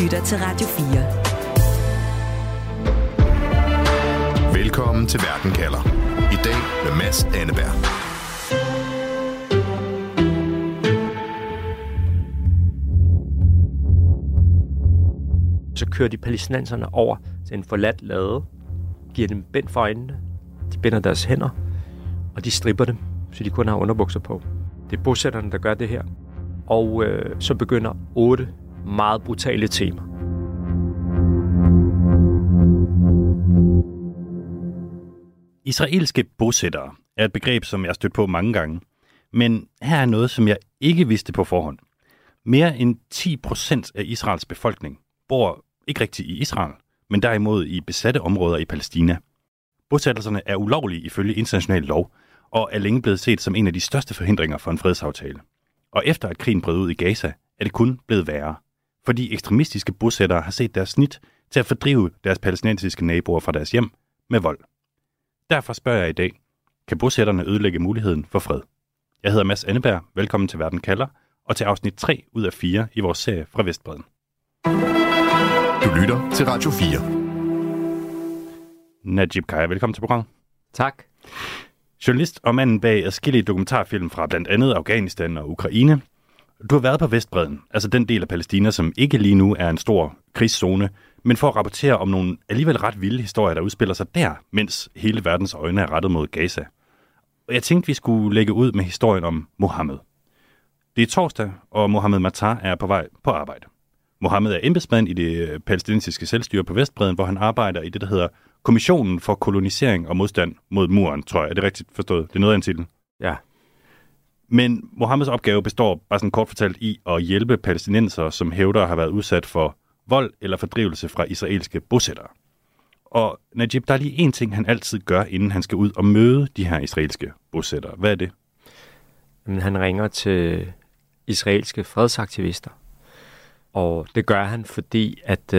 lytter til Radio 4. Velkommen til Verden kalder. I dag med Mads Anneberg. Så kører de palæstinenserne over til en forladt lade, giver dem bind for øjnene, de binder deres hænder, og de stripper dem, så de kun har underbukser på. Det er bosætterne, der gør det her. Og så begynder 8 meget brutale temaer. Israelske bosættere er et begreb, som jeg har stødt på mange gange. Men her er noget, som jeg ikke vidste på forhånd. Mere end 10% af Israels befolkning bor ikke rigtig i Israel, men derimod i besatte områder i Palæstina. Bosættelserne er ulovlige ifølge international lov, og er længe blevet set som en af de største forhindringer for en fredsaftale. Og efter at krigen brød ud i Gaza, er det kun blevet værre. Fordi ekstremistiske bosættere har set deres snit til at fordrive deres palæstinensiske naboer fra deres hjem med vold. Derfor spørger jeg i dag, kan bosætterne ødelægge muligheden for fred? Jeg hedder Mads Anneberg, velkommen til Verden kalder, og til afsnit 3 ud af 4 i vores serie fra Vestbredden. Du lytter til Radio 4. Najib Khaja, velkommen til programmet. Tak. Journalist og manden bag adskillige dokumentarfilm fra blandt andet Afghanistan og Ukraine. Du har været på Vestbredden, altså den del af Palæstina, som ikke lige nu er en stor krigszone, men for at rapportere om nogle alligevel ret vilde historier, der udspiller sig der, mens hele verdens øjne er rettet mod Gaza. Og jeg tænkte, vi skulle lægge ud med historien om Mohammed. Det er torsdag, og Mohammed Matar er på vej på arbejde. Mohammed er embedsmand i det palæstinensiske selvstyre på Vestbredden, hvor han arbejder i det, der hedder Kommissionen for kolonisering og modstand mod muren, tror jeg. Er det rigtigt forstået? Det er noget af en titel. Ja. Men Mohammeds opgave består bare sådan kort fortalt i at hjælpe palæstinensere, som hævder at have været udsat for vold eller fordrivelse fra israelske bosættere. Og Najib, der er lige én ting, han altid gør, inden han skal ud og møde de her israelske bosættere. Hvad er det? Han ringer til israelske fredsaktivister. Og det gør han, fordi at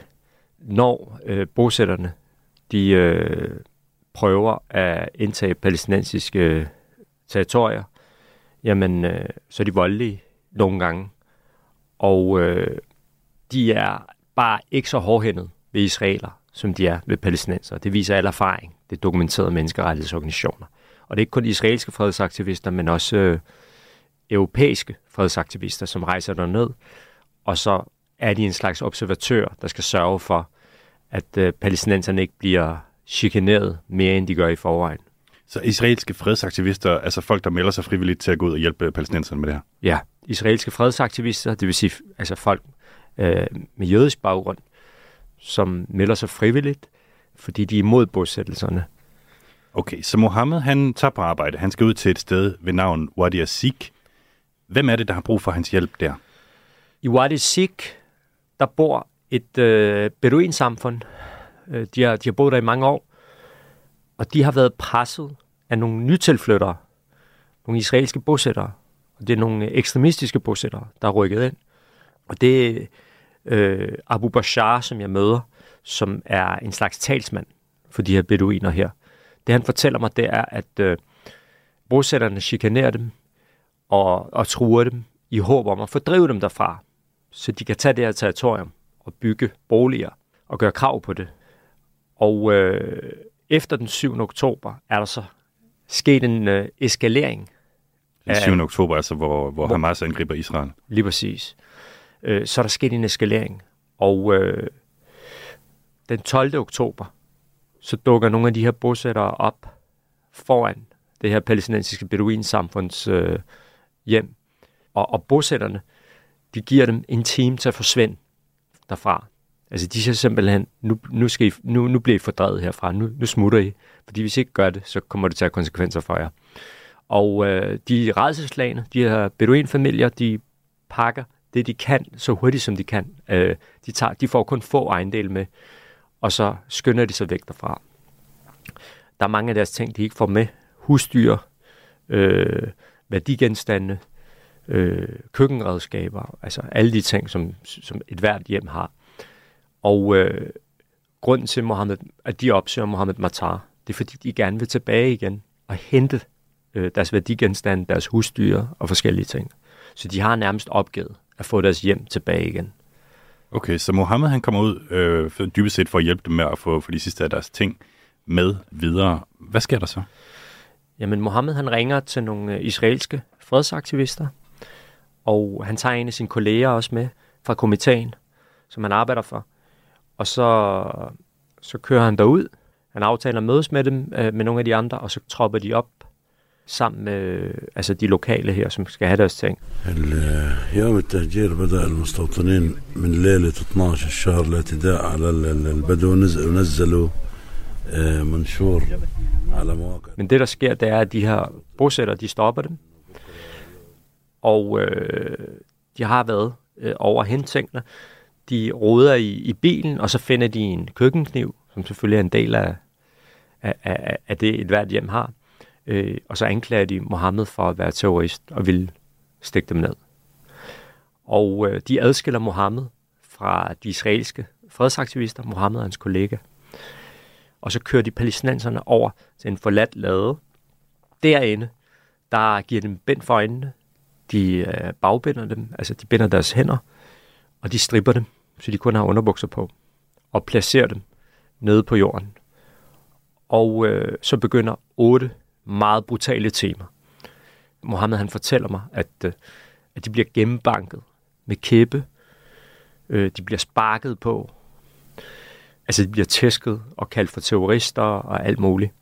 når bosætterne de prøver at indtage palæstinensiske territorier, jamen så er de voldelige nogle gange. Og de er bare ikke så hårdhændet ved israeler, som de er ved palæstinenser. Det viser al erfaring. Det er dokumenterede menneskerettighedsorganisationer. Og det er ikke kun israelske fredsaktivister, men også europæiske fredsaktivister, som rejser derned. Og så er de en slags observatør, der skal sørge for, at palæstinenserne ikke bliver chikaneret mere, end de gør i forvejen. Så israelske fredsaktivister, altså folk, der melder sig frivilligt til at gå ud og hjælpe palæstinenserne med det her? Ja, israelske fredsaktivister, det vil sige altså folk med jødisk baggrund, som melder sig frivilligt, fordi de er imod bosættelserne. Okay, så Mohammed, han tager på arbejde. Han skal ud til et sted ved navn Wadi Asik. Hvem er det, der har brug for hans hjælp der? I Wadi Asik, der bor et beduinsamfund. De har boet der i mange år, og de har været presset af nogle nytilflyttere, nogle israelske bosættere. Og det er nogle ekstremistiske bosættere, der er rykket ind. Og det er Abu Bashar, som jeg møder, som er en slags talsmand for de her beduiner her. Det han fortæller mig, det er, at bosætterne chikanerer dem og truer dem i håb om at fordrive dem derfra, så de kan tage det her territorium og bygge boliger og gøre krav på det. Og efter den 7. oktober er der så sket en eskalering. Den 7. oktober, altså hvor Hamas angriber Israel. Lige præcis. Så er der sket en eskalering. Og den 12. oktober, så dukker nogle af de her bosættere op foran det her palæstinensiske beduinsamfunds hjem. Og bosætterne, de giver dem en time til at forsvinde derfra. Altså de siger simpelthen, nu bliver I fordrevet herfra, nu smutter I. Fordi hvis I ikke gør det, så kommer det til at have konsekvenser for jer. Og de rædselsslagne, de her beduinfamilier, de pakker det, de kan, så hurtigt som de kan. De får kun få ejendele med, og så skynder de sig væk derfra. Der er mange af deres ting, de ikke får med. Husdyr, værdigenstande, køkkenredskaber, altså alle de ting, som et hvert hjem har. Og grunden til, at de opsøger Mohammed Matar, det er, fordi de gerne vil tilbage igen og hente deres værdigenstande, deres husdyr og forskellige ting. Så de har nærmest opgivet at få deres hjem tilbage igen. Okay, så Mohammed han kommer ud dybest set for at hjælpe dem med at få de sidste af deres ting med videre. Hvad sker der så? Jamen, Mohammed han ringer til nogle israelske fredsaktivister, og han tager en af sine kolleger også med fra komiteen, som han arbejder for. Og så kører han derud. Han aftaler at mødes med dem, med nogle af de andre, og så tropper de op sammen med de lokale her, som skal have deres ting. يوم التهجير بدأ المستوطنين من ليلة 12 الشهر الاعتداء على البدو ونزلوا منشور على مواقع. Men det, der sker, det er, at de her bosættere, de stopper dem. Og de har været over hentænkende. De roder i bilen, og så finder de en køkkenkniv, som selvfølgelig er en del af det, et hvert hjem har. Og så anklager de Mohammed for at være terrorist og vil stikke dem ned. Og de adskiller Mohammed fra de israelske fredsaktivister, Mohammed og hans kollega. Og så kører de palæstinenserne over til en forladt lade. Derinde, der giver dem bind for øjnene. De bagbinder dem, altså de binder deres hænder, og de stripper dem, så de kun har underbukser på, og placerer dem nede på jorden. Og så begynder 8 meget brutale temaer. Mohammed han fortæller mig, at de bliver gennembanket med kæppe, de bliver sparket på, altså de bliver tæsket og kaldt for terrorister og alt muligt.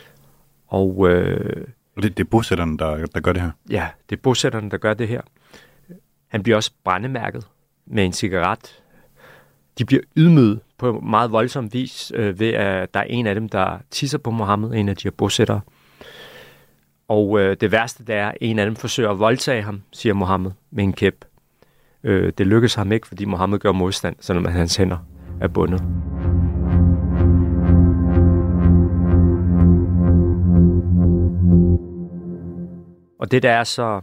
Og det er bosætterne, der gør det her? Ja, det er bosætterne, der gør det her. Han bliver også brændemærket med en cigaret. De bliver ydmyget på meget voldsom vis ved, at der er en af dem, der tisser på Mohammed, en af de her bosættere. Og det værste, det er, at en af dem forsøger at voldtage ham, siger Mohammed, med en kæp. Det lykkes ham ikke, fordi Mohammed gør modstand, selvom hans hænder er bundet. Og det, der er så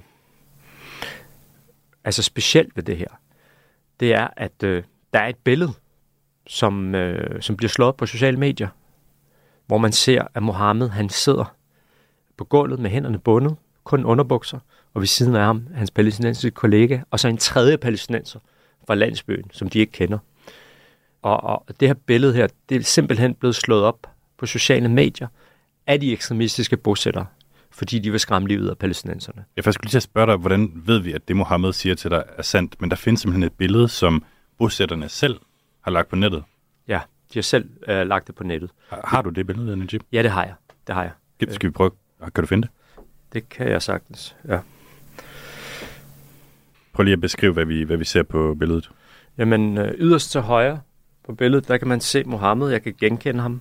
specielt ved det her, det er, at der er et billede, som bliver slået op på sociale medier, hvor man ser, at Mohammed han sidder på gulvet med hænderne bundet, kun underbukser, og ved siden af ham, hans palæstinensiske kollega, og så en tredje palæstinenser fra landsbyen, som de ikke kender. Og det her billede her, det er simpelthen blevet slået op på sociale medier af de ekstremistiske bosættere, fordi de vil skræmme livet af palæstinenserne. Jeg faktisk lige til at spørge dig, hvordan ved vi, at det Mohammed siger til dig er sandt, men der findes simpelthen et billede, som bosætterne selv har lagt på nettet? Ja, de har selv lagt det på nettet. Har du det billede, Najib? Ja, det har jeg. Skal vi prøve? Kan du finde det? Det kan jeg sagtens, ja. Prøv lige at beskrive, hvad vi ser på billedet. Jamen, yderst til højre på billedet, der kan man se Mohammed. Jeg kan genkende ham.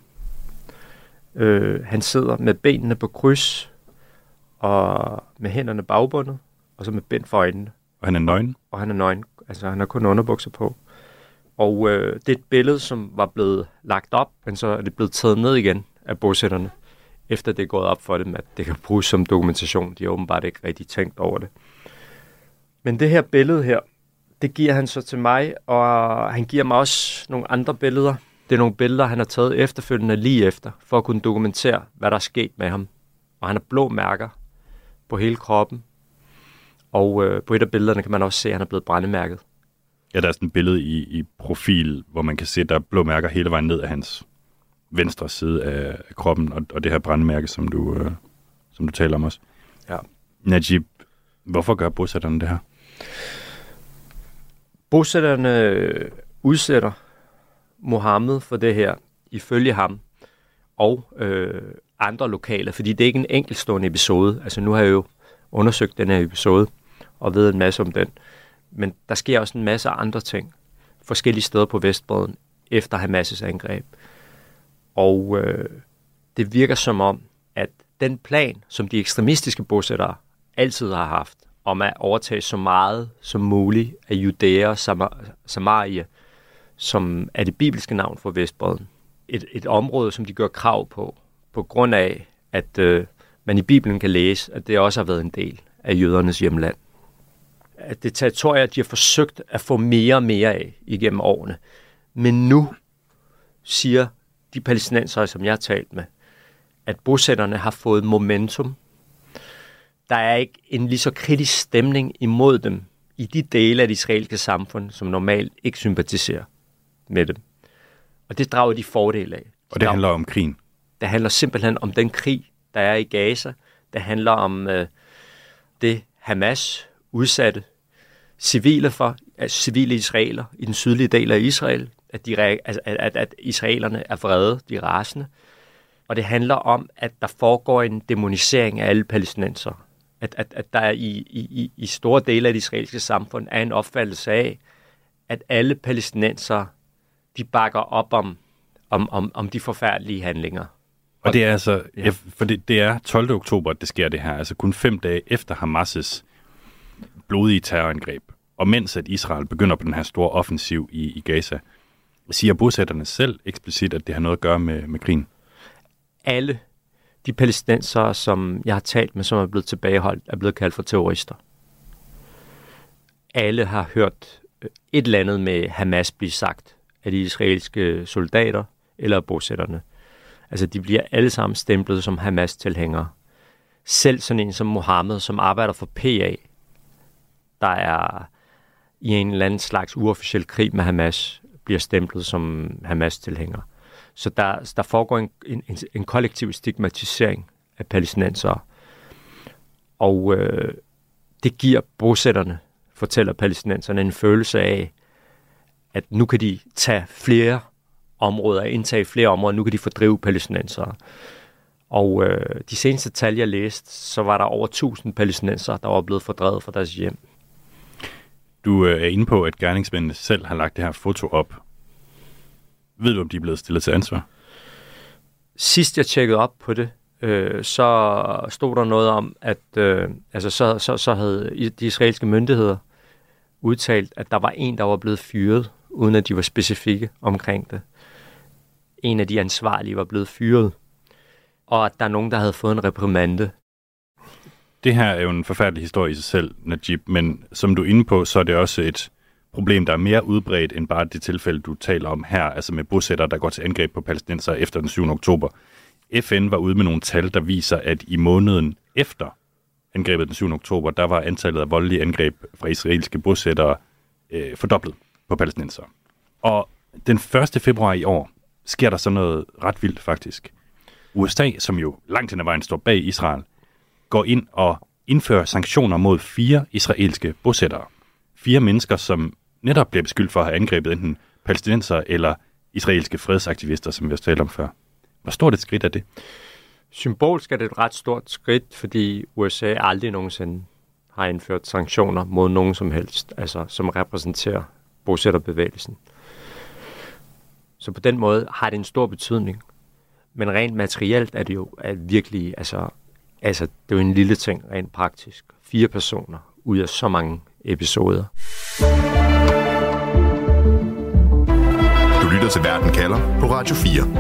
Han sidder med benene på kryds, og med hænderne bagbundet, og så med bind for øjnene. Og han er nøgen? Og han er nøgen. Altså, han har kun underbukser på. Og det er et billede, som var blevet lagt op, men så er det blevet taget ned igen af bosætterne, efter det er gået op for dem, at det kan bruges som dokumentation. De har åbenbart ikke rigtig tænkt over det. Men det her billede her, det giver han så til mig, og han giver mig også nogle andre billeder. Det er nogle billeder, han har taget efterfølgende lige efter, for at kunne dokumentere, hvad der er sket med ham. Og han har blå mærker på hele kroppen. Og på et af billederne kan man også se, at han er blevet brændemærket. Ja, der er sådan et billede i profil, hvor man kan se, at der er blå mærker hele vejen ned af hans venstre side af kroppen, og det her brændemærke, som du taler om også. Ja. Najib, hvorfor gør bosætterne det her? Bosætterne udsætter Mohammed for det her, ifølge ham, og andre lokale, fordi det er ikke en enkeltstående episode. Altså nu har jeg jo undersøgt den her episode, og ved en masse om den. Men der sker også en masse andre ting, forskellige steder på Vestbredden, efter Hamas' angreb. Og det virker som om, at den plan, som de ekstremistiske bosættere altid har haft, om at overtage så meget som muligt af Judæa og Samaria, som er det bibelske navn for Vestbredden. Et område, som de gør krav på grund af, at man i Bibelen kan læse, at det også har været en del af jødernes hjemland. At det territorier, de har forsøgt at få mere og mere af igennem årene. Men nu siger de palæstinensere, som jeg har talt med, at bosætterne har fået momentum. Der er ikke en lige så kritisk stemning imod dem i de dele af det israelske samfund, som normalt ikke sympatiserer med dem. Og det drager de fordele af. Og det handler om krigen? Det handler simpelthen om den krig, der er i Gaza. Det handler om det Hamas udsatte civile for, altså civile israeler i den sydlige del af Israel, at israelerne er vrede, de er rasende. Og det handler om, at der foregår en dæmonisering af alle palæstinensere. At der i store dele af det israelske samfund er en opfattelse af, at alle palæstinensere, de bakker op om de forfærdelige handlinger. Og det er altså, for det er 12. oktober, at det sker det her, altså kun 5 dage efter Hamas' blodige terrorangreb. Og mens at Israel begynder på den her store offensiv i Gaza, siger bosætterne selv eksplicit, at det har noget at gøre med krigen. Alle de palæstinensere, som jeg har talt med, som er blevet tilbageholdt, er blevet kaldt for terrorister. Alle har hørt et eller andet med Hamas blive sagt af de israelske soldater eller bosætterne. Altså, de bliver alle sammen stemplet som Hamas-tilhængere. Selv sådan en som Mohammed, som arbejder for PA, der er i en eller anden slags uofficiel krig med Hamas, bliver stemplet som Hamas-tilhængere. Så der foregår en kollektiv stigmatisering af palæstinensere. Og det giver bosætterne, fortæller palæstinenserne, en følelse af, at nu kan de tage flere områder, indtage flere områder, nu kan de fordrive palæstinensere. Og de seneste tal, jeg læste, så var der over 1000 palæstinensere, der var blevet fordrevet fra deres hjem. Du er inde på, at gerningsmændene selv har lagt det her foto op. Ved du, om de er blevet stillet til ansvar? Sidst jeg tjekkede op på det, så stod der noget om, at så havde de israelske myndigheder udtalt, at der var en, der var blevet fyret, uden at de var specifikke omkring det. En af de ansvarlige var blevet fyret, og at der er nogen, der havde fået en reprimande. Det her er jo en forfærdelig historie i sig selv, Najib, men som du er inde på, så er det også et problem, der er mere udbredt end bare det tilfælde, du taler om her, altså med bosættere, der går til angreb på palæstinensere efter den 7. oktober. FN var ude med nogle tal, der viser, at i måneden efter angrebet den 7. oktober, der var antallet af voldelige angreb fra israelske bosættere fordoblet på palæstinensere. Og den 1. februar i år sker der så noget ret vildt faktisk. USA, som jo langt hen ad vejen står bag Israel, går ind og indfører sanktioner mod 4 israelske bosættere. 4 mennesker, som netop bliver beskyldt for at have angrebet enten palæstinensere eller israelske fredsaktivister, som vi har talt om før. Hvor stort et skridt er det? Symbolsk er det et ret stort skridt, fordi USA aldrig nogensinde har indført sanktioner mod nogen som helst, altså som repræsenterer bosætterbevægelsen. Så på den måde har det en stor betydning. Men rent materielt er det jo virkelig, altså det er jo en lille ting rent praktisk. 4 personer ud af så mange episoder. Du lytter til Verden kalder på Radio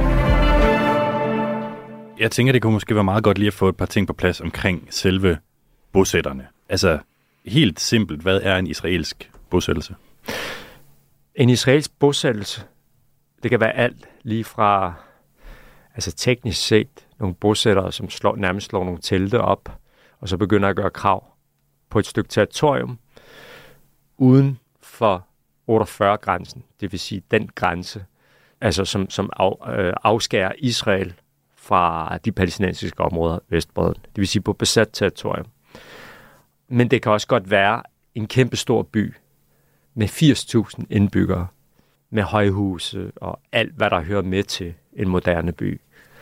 4. Jeg tænker, det kunne måske være meget godt lige at få et par ting på plads omkring selve bosætterne. Altså helt simpelt, hvad er en israelsk bosættelse? En israelsk bosættelse, det kan være alt lige fra, altså teknisk set, nogle bosættere, som nærmest slår nogle telte op, og så begynder at gøre krav på et stykke territorium uden for 48-grænsen, det vil sige den grænse, altså som afskærer Israel fra de palæstinensiske områder Vestbredden, det vil sige på besat territorium. Men det kan også godt være en kæmpe stor by med 80.000 indbyggere, med højhuse og alt, hvad der hører med til en moderne by.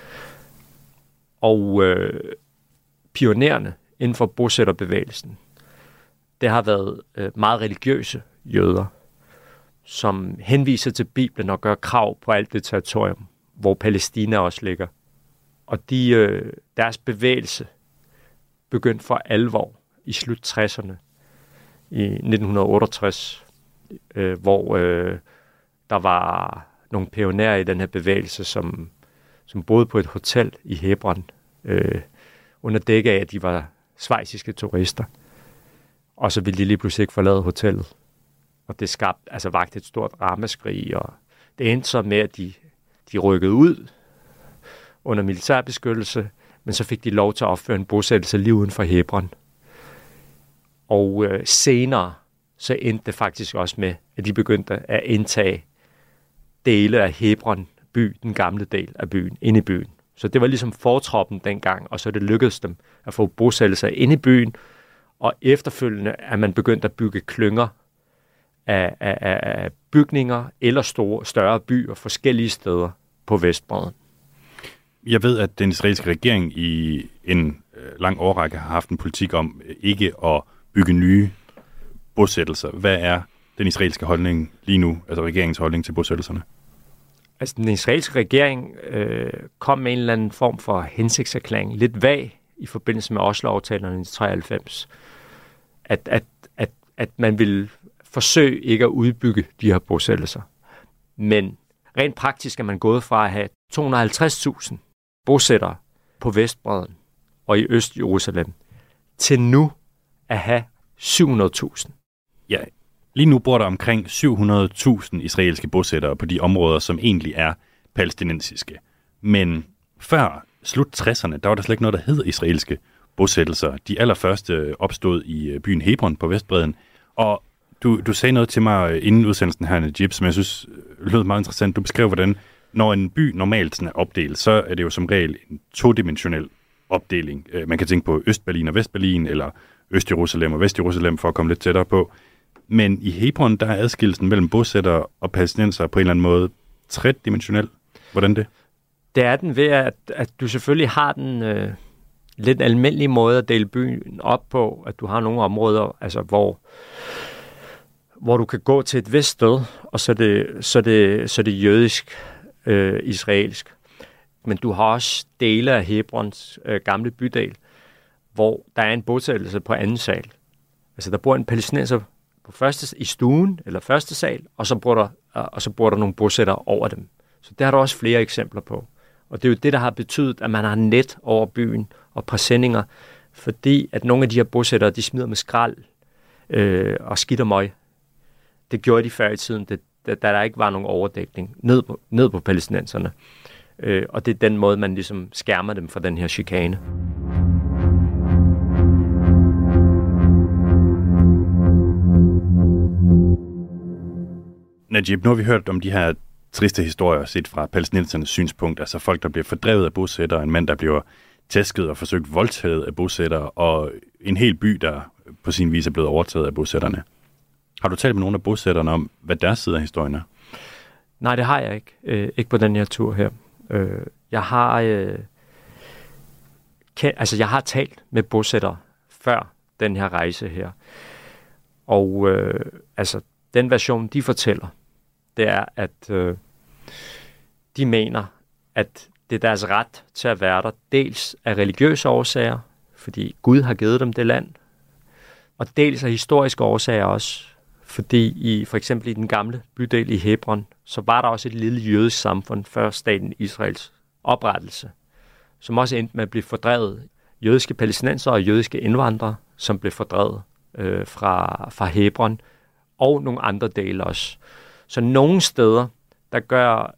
Og pionererne inden for bosætterbevægelsen, det har været meget religiøse jøder, som henviser til Bibelen og gør krav på alt det territorium, hvor Palæstina også ligger. Og deres bevægelse begyndte for alvor i slut 60'erne, i 1968, hvor der var nogle pionerer i den her bevægelse, som boede på et hotel i Hebron, under dække af, at de var schweiziske turister. Og så ville de lige pludselig ikke forlade hotellet. Og det vagte et stort ramaskrig, og det endte så med, at de rykkede ud under militærbeskyttelse, men så fik de lov til at opføre en bosættelse lige uden for Hebron. Og senere, så endte det faktisk også med, at de begyndte at indtage dele af Hebron by, den gamle del af byen, inde i byen. Så det var ligesom fortroppen dengang, og så det lykkedes dem at få bosættelser inde i byen, og efterfølgende er man begyndt at bygge klynger af bygninger eller større byer forskellige steder på Vestbredden. Jeg ved, at den israelske regering i en lang årrække har haft en politik om ikke at bygge nye bosættelser. Hvad er den israelske holdning lige nu, altså regeringens holdning til bosættelserne? Altså den israelske regering kom med en eller anden form for hensigtserklæring, lidt vag i forbindelse med Oslo-aftalerne i 1993, at man ville forsøge ikke at udbygge de her bosættelser. Men rent praktisk er man gået fra at have 250.000 bosættere på Vestbredden og i Øst-Jerusalem til nu at have 700.000. Ja, lige nu bor der omkring 700.000 israelske bosættere på de områder, som egentlig er palæstinensiske. Men før slut 60'erne, der var der slet ikke noget, der hed israelske bosættelser. De allerførste opstod i byen Hebron på Vestbredden. Og du sagde noget til mig inden udsendelsen her, Najib, som jeg synes lød meget interessant. Du beskrev, hvordan når en by normalt sådan er opdelt, så er det jo som regel en todimensionel opdeling. Man kan tænke på Østberlin og Vestberlin, eller Øst-Jerusalem og Vest-Jerusalem, for at komme lidt tættere på. Men i Hebron, der er adskillelsen mellem bosættere og palæstinenser på en eller anden måde tredimensionel. Hvordan det? Det er den ved, at du selvfølgelig har den lidt almindelige måde at dele byen op på, at du har nogle områder, altså hvor du kan gå til et vist sted, og så er det jødisk, israelsk. Men du har også dele af Hebrons gamle bydel, hvor der er en bosættelse på anden sal. Altså der bor en palæstinenser i stuen eller første sal, og så bor der nogle bosættere over dem. Så der har du også flere eksempler på. Og det er jo det, der har betydet, at man har net over byen og præsendinger, fordi at nogle af de her bosættere, de smider med skrald og skidt og møg. Det gjorde de før i tiden, da der ikke var nogen overdækning ned på palæstinenserne. Og det er den måde, man ligesom skærmer dem fra den her chikane. Najib, nu har vi hørt om de her triste historier set fra palæstinensernes synspunkt, altså folk, der bliver fordrevet af bosættere, en mand, der bliver tæsket og forsøgt voldtaget af bosættere, og en hel by, der på sin vis er blevet overtaget af bosætterne. Har du talt med nogle af bosætterne om, hvad deres side af historien er? Nej, det har jeg ikke. Ikke på den her tur her. Jeg har talt med bosættere før den her rejse her. Og den version, de fortæller, det er, at de mener, at det er deres ret til at være der, dels af religiøse årsager, fordi Gud har givet dem det land, og dels af historiske årsager også, fordi for eksempel i den gamle bydel i Hebron, så var der også et lille jødisk samfund før staten Israels oprettelse, som også endte med at blive fordrevet. Jødiske palæstinenser og jødiske indvandrere, som blev fordrevet fra Hebron, og nogle andre dele også. Så nogle steder, der gør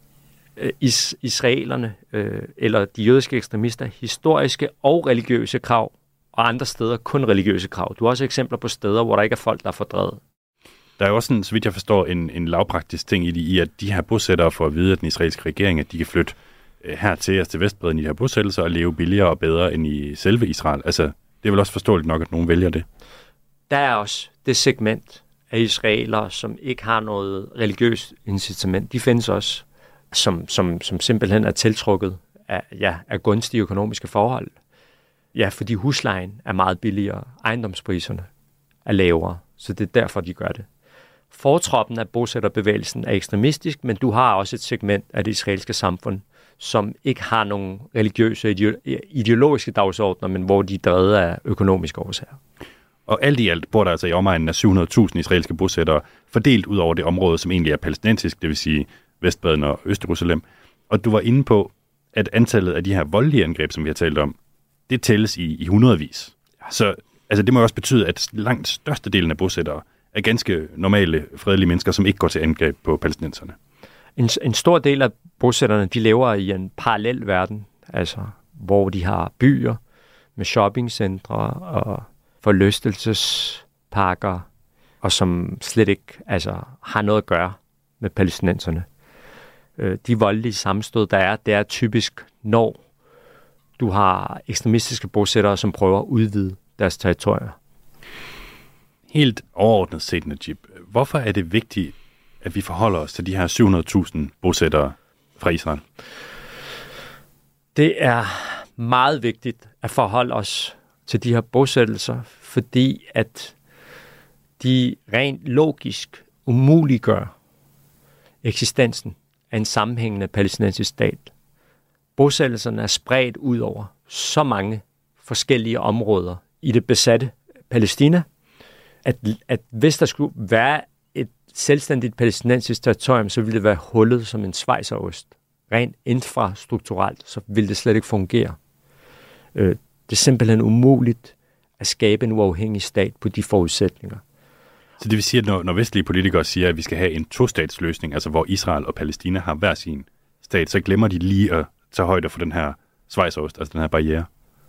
israelerne eller de jødiske ekstremister historiske og religiøse krav, og andre steder kun religiøse krav. Du har også eksempler på steder, hvor der ikke er folk, der er fordrevet. Der er jo også sådan, så vidt jeg forstår, en lavpraktisk ting i at de her bosættere får at vide, at den israelske regering, at de kan flytte hertil, til Vestbredden i de her bosættelser, og leve billigere og bedre end i selve Israel. Altså, det er vel også forståeligt nok, at nogen vælger det. Der er også det segment af israelere, som ikke har noget religiøst incitament. De findes også, som simpelthen er tiltrukket af gunstige økonomiske forhold. Ja, fordi huslejen er meget billigere, ejendomspriserne er lavere, så det er derfor, de gør det. Fortroppen af bosætterbevægelsen er ekstremistisk, men du har også et segment af det israelske samfund, som ikke har nogen religiøse ideologiske dagsordner, men hvor de er drevet af økonomiske årsager. Og alt i alt bor der altså i omegnen af 700.000 israelske bosættere, fordelt ud over det område, som egentlig er palæstinensisk, det vil sige Vestbredden og Øst-Jerusalem. Og du var inde på, at antallet af de her voldelige angreb, som vi har talt om, det tælles i hundredvis. Så altså, det må også betyde, at langt størstedelen af bosættere er ganske normale, fredelige mennesker, som ikke går til angreb på palæstinenserne. En stor del af bosætterne, de lever i en parallel verden, altså hvor de har byer med shoppingcentre og forlystelsesparker og som slet ikke har noget at gøre med palæstinenserne. De voldelige sammenstød, der er, det er typisk, når du har ekstremistiske bosættere, som prøver at udvide deres territorier. Helt overordnet set, Najib, hvorfor er det vigtigt, at vi forholder os til de her 700.000 bosættere fra Israel? Det er meget vigtigt at forholde os til de her bosættelser, fordi at de rent logisk umuliggør eksistensen af en sammenhængende palæstinensisk stat. Bosættelserne er spredt ud over så mange forskellige områder i det besatte Palæstina, at hvis der skulle være et selvstændigt palæstinensisk territorium, så ville det være hullet som en schweizerost. Rent infrastrukturelt, så ville det slet ikke fungere. Det er simpelthen umuligt at skabe en uafhængig stat på de forudsætninger. Så det vil sige, at når vestlige politikere siger, at vi skal have en tostatsløsning, altså hvor Israel og Palæstina har hver sin stat, så glemmer de lige at tage højde for den her schweizerost, altså den her barriere?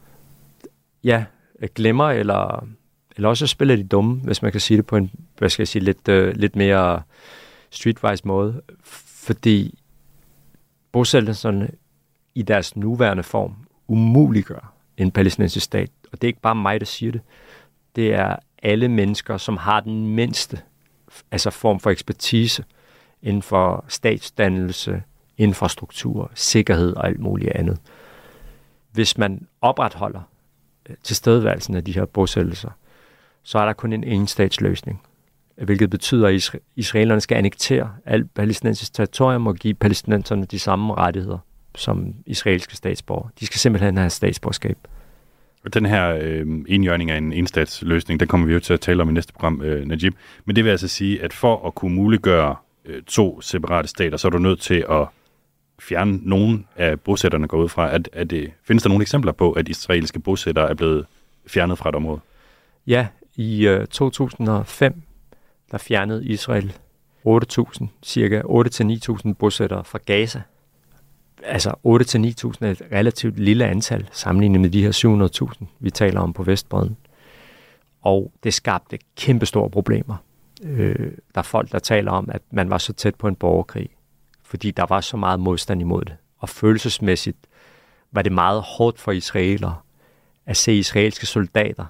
Ja, glemmer, eller også spiller de dumme, hvis man kan sige det på en, lidt mere streetwise måde. Fordi bosættelserne i deres nuværende form umuliggør en palæstinensisk stat. Og det er ikke bare mig, der siger det. Det er alle mennesker, som har den mindste form for ekspertise inden for statsdannelse, infrastruktur, sikkerhed og alt muligt andet. Hvis man opretholder tilstedeværelsen af de her bosættelser, så er der kun en enstatsløsning, hvilket betyder, at israelerne skal annektere alt palæstinensisk territorium og give palæstinenserne de samme rettigheder som israelske statsborgere. De skal simpelthen have statsborgerskab. Og den her enhjørning af en enstatsløsning, den kommer vi jo til at tale om i næste program, Najib. Men det vil altså sige, at for at kunne muliggøre 2 separate stater, så er du nødt til at fjerne nogen af bosætterne går ud fra. Findes der nogle eksempler på, at israelske bosættere er blevet fjernet fra et område? Ja, i 2005, der fjernede Israel 8.000, cirka 8-9.000 bosættere fra Gaza. Altså 8-9.000 er et relativt lille antal, sammenlignet med de her 700.000, vi taler om på Vestbredden. Og det skabte kæmpestore problemer. Der er folk, der taler om, at man var så tæt på en borgerkrig, fordi der var så meget modstand imod det. Og følelsesmæssigt var det meget hårdt for israelere at se israelske soldater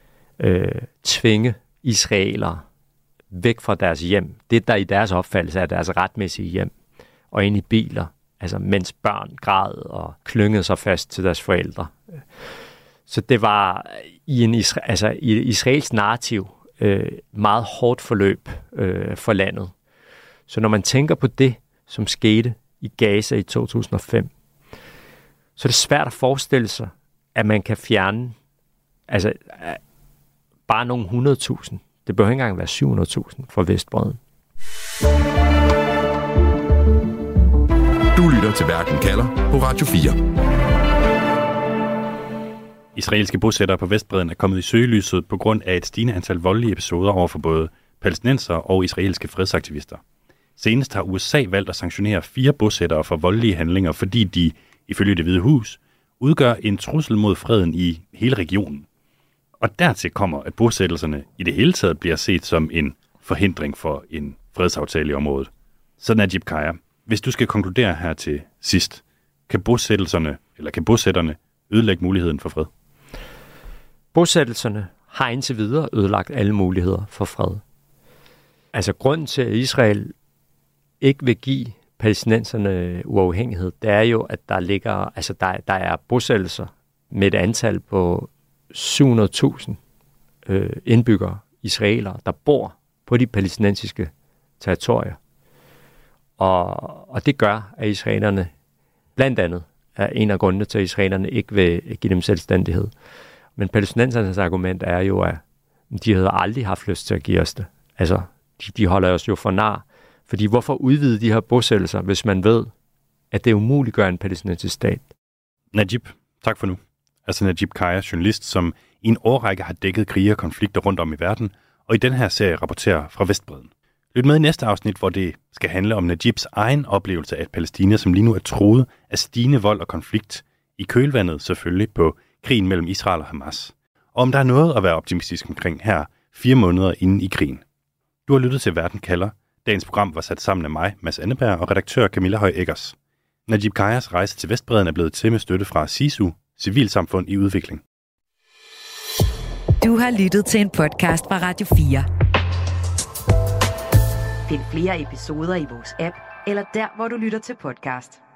tvinge israelere væk fra deres hjem. Det, der i deres opfattelse er deres retmæssige hjem, og ind i biler, mens børn græd og klyngede sig fast til deres forældre. Så det var i et israelsk narrativ meget hårdt forløb for landet. Så når man tænker på det, som skete i Gaza i 2005, så er det svært at forestille sig, at man kan fjerne bare nogle 100.000. Det behøver ikke engang være 700.000 fra Vestbredden. Du lytter til Verden kalder på Radio 4. Israelske bosættere på Vestbredden er kommet i søgelyset på grund af et stigende antal voldelige episoder over for både palæstinensere og israelske fredsaktivister. Senest har USA valgt at sanktionere 4 bosættere for voldelige handlinger, fordi de, ifølge Det Hvide Hus, udgør en trussel mod freden i hele regionen. Og dertil kommer, at bosættelserne i det hele taget bliver set som en forhindring for en fredsaftale i området. Så Najib Khaja, hvis du skal konkludere her til sidst, kan bosætterne ødelægge muligheden for fred? Bosættelserne har indtil videre ødelagt alle muligheder for fred. Grunden til, at Israel ikke vil give palæstinenserne uafhængighed, det er jo, at der er bosættelser med et antal på 700.000 indbyggere, israelere, der bor på de palæstinensiske territorier. Og det gør, at israelerne, blandt andet, er en af grundene til, at israelerne ikke vil give dem selvstændighed. Men palæstinensernes argument er jo, at de havde aldrig haft lyst til at give os det. De holder os jo for nar. Fordi hvorfor udvide de her bosættelser, hvis man ved, at det umuliggør en palæstinensisk stat? Najib, tak for nu. Najib Khaja, journalist, som i en årrække har dækket krige og konflikter rundt om i verden, og i den her serie rapporterer fra Vestbredden. Lyt med i næste afsnit, hvor det skal handle om Najibs egen oplevelse af Palæstina, som lige nu er truet af stigende vold og konflikt, i kølvandet selvfølgelig på krigen mellem Israel og Hamas. Og om der er noget at være optimistisk omkring her 4 måneder inde i krigen. Du har lyttet til Verden kalder. Dagens program var sat sammen af mig, Mads Anneberg, og redaktør Camilla Høj Eggers. Najib Khajas rejse til Vestbredden er blevet til med støtte fra SISU, Civilsamfund i Udvikling. Du har lyttet til en podcast fra Radio 4. Find flere episoder i vores app, eller der, hvor du lytter til podcast.